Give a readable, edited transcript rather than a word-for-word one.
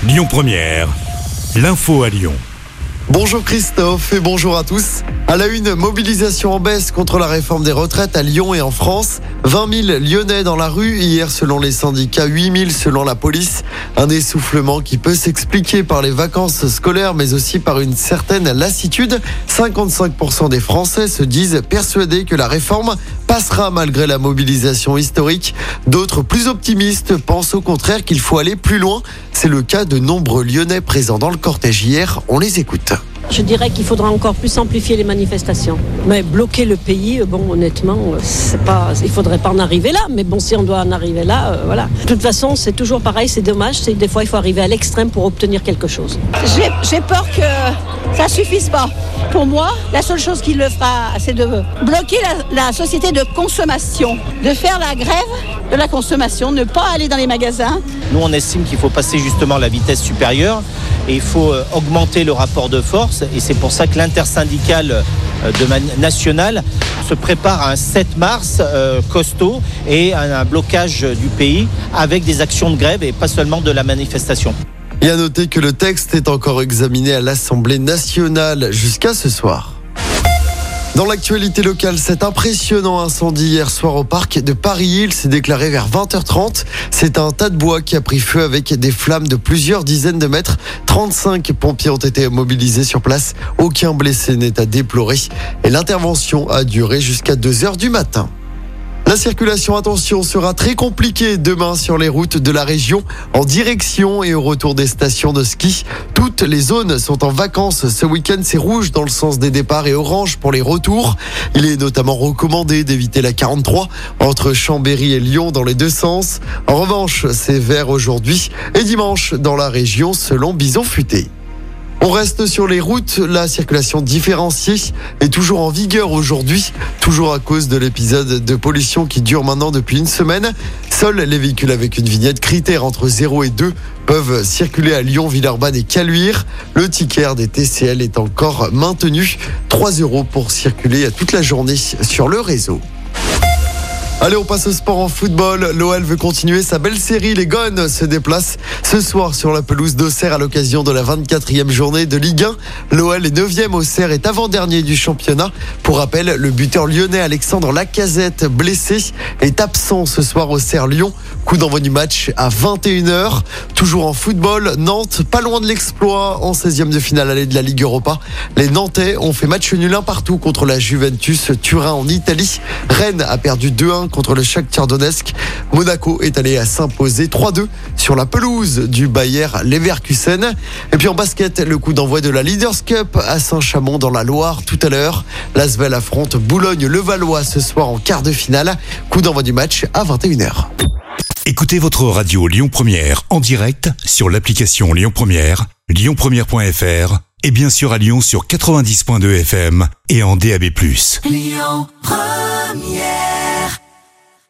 Lyon Première, l'info à Lyon. Bonjour Christophe et bonjour à tous. À la une, mobilisation en baisse contre la réforme des retraites à Lyon et en France. 20 000 Lyonnais dans la rue hier selon les syndicats, 8 000 selon la police. Un essoufflement qui peut s'expliquer par les vacances scolaires mais aussi par une certaine lassitude. 55% des Français se disent persuadés que la réforme passera malgré la mobilisation historique. D'autres plus optimistes pensent au contraire qu'il faut aller plus loin. C'est le cas de nombreux Lyonnais présents dans le cortège hier. On les écoute. Je dirais qu'il faudra encore plus amplifier les manifestations. Mais bloquer le pays, honnêtement, il faudrait pas en arriver là. Mais bon, si on doit en arriver là, voilà. De toute façon, c'est toujours pareil, c'est dommage. C'est des fois, il faut arriver à l'extrême pour obtenir quelque chose. J'ai peur que ça suffise pas. Pour moi, la seule chose qui le fera, c'est de bloquer la société de consommation, de faire la grève de la consommation, ne pas aller dans les magasins. Nous, on estime qu'il faut passer justement à la vitesse supérieure et il faut augmenter le rapport de force. Et c'est pour ça que l'intersyndicale nationale se prépare à un 7 mars costaud et à un blocage du pays avec des actions de grève et pas seulement de la manifestation. Et à noter que le texte est encore examiné à l'Assemblée nationale jusqu'à ce soir. Dans l'actualité locale, cet impressionnant incendie hier soir au parc de Paris-Île s'est déclaré vers 20h30. C'est un tas de bois qui a pris feu avec des flammes de plusieurs dizaines de mètres. 35 pompiers ont été mobilisés sur place. Aucun blessé n'est à déplorer. Et l'intervention a duré jusqu'à 2h du matin. La circulation, attention, sera très compliquée demain sur les routes de la région en direction et au retour des stations de ski. Toutes les zones sont en vacances. Ce week-end, c'est rouge dans le sens des départs et orange pour les retours. Il est notamment recommandé d'éviter la 43 entre Chambéry et Lyon dans les deux sens. En revanche, c'est vert aujourd'hui et dimanche dans la région selon Bison Futé. On reste sur les routes, la circulation différenciée est toujours en vigueur aujourd'hui, toujours à cause de l'épisode de pollution qui dure maintenant depuis une semaine. Seuls les véhicules avec une vignette critère entre 0 et 2 peuvent circuler à Lyon, Villeurbanne et Caluire. Le ticket des TCL est encore maintenu, 3 € pour circuler toute la journée sur le réseau. Allez, on passe au sport en football. L'OL veut continuer sa belle série. Les Gones se déplacent ce soir sur la pelouse d'Auxerre à l'occasion de la 24e journée de Ligue 1. L'OL est 9e, Auxerre est avant-dernier du championnat. Pour rappel, le buteur lyonnais Alexandre Lacazette, blessé, est absent ce soir au Auxerre-Lyon. Coup d'envoi du match à 21h. Toujours en football, Nantes, pas loin de l'exploit en 16e de finale allée de la Ligue Europa. Les Nantais ont fait match nul 1 partout contre la Juventus Turin en Italie. Rennes a perdu 2-1 contre le Shakhtar Donetsk. Monaco est allé à s'imposer 3-2 sur la pelouse du Bayer Leverkusen. Et puis en basket, le coup d'envoi de la Leaders Cup à Saint-Chamond dans la Loire tout à l'heure. L'Asvel affronte Boulogne-Levallois ce soir en quart de finale. Coup d'envoi du match à 21h. Écoutez votre radio Lyon Première en direct sur l'application Lyon Première, lyonpremière.fr et bien sûr à Lyon sur 90.2 FM et en DAB+. Lyon Première.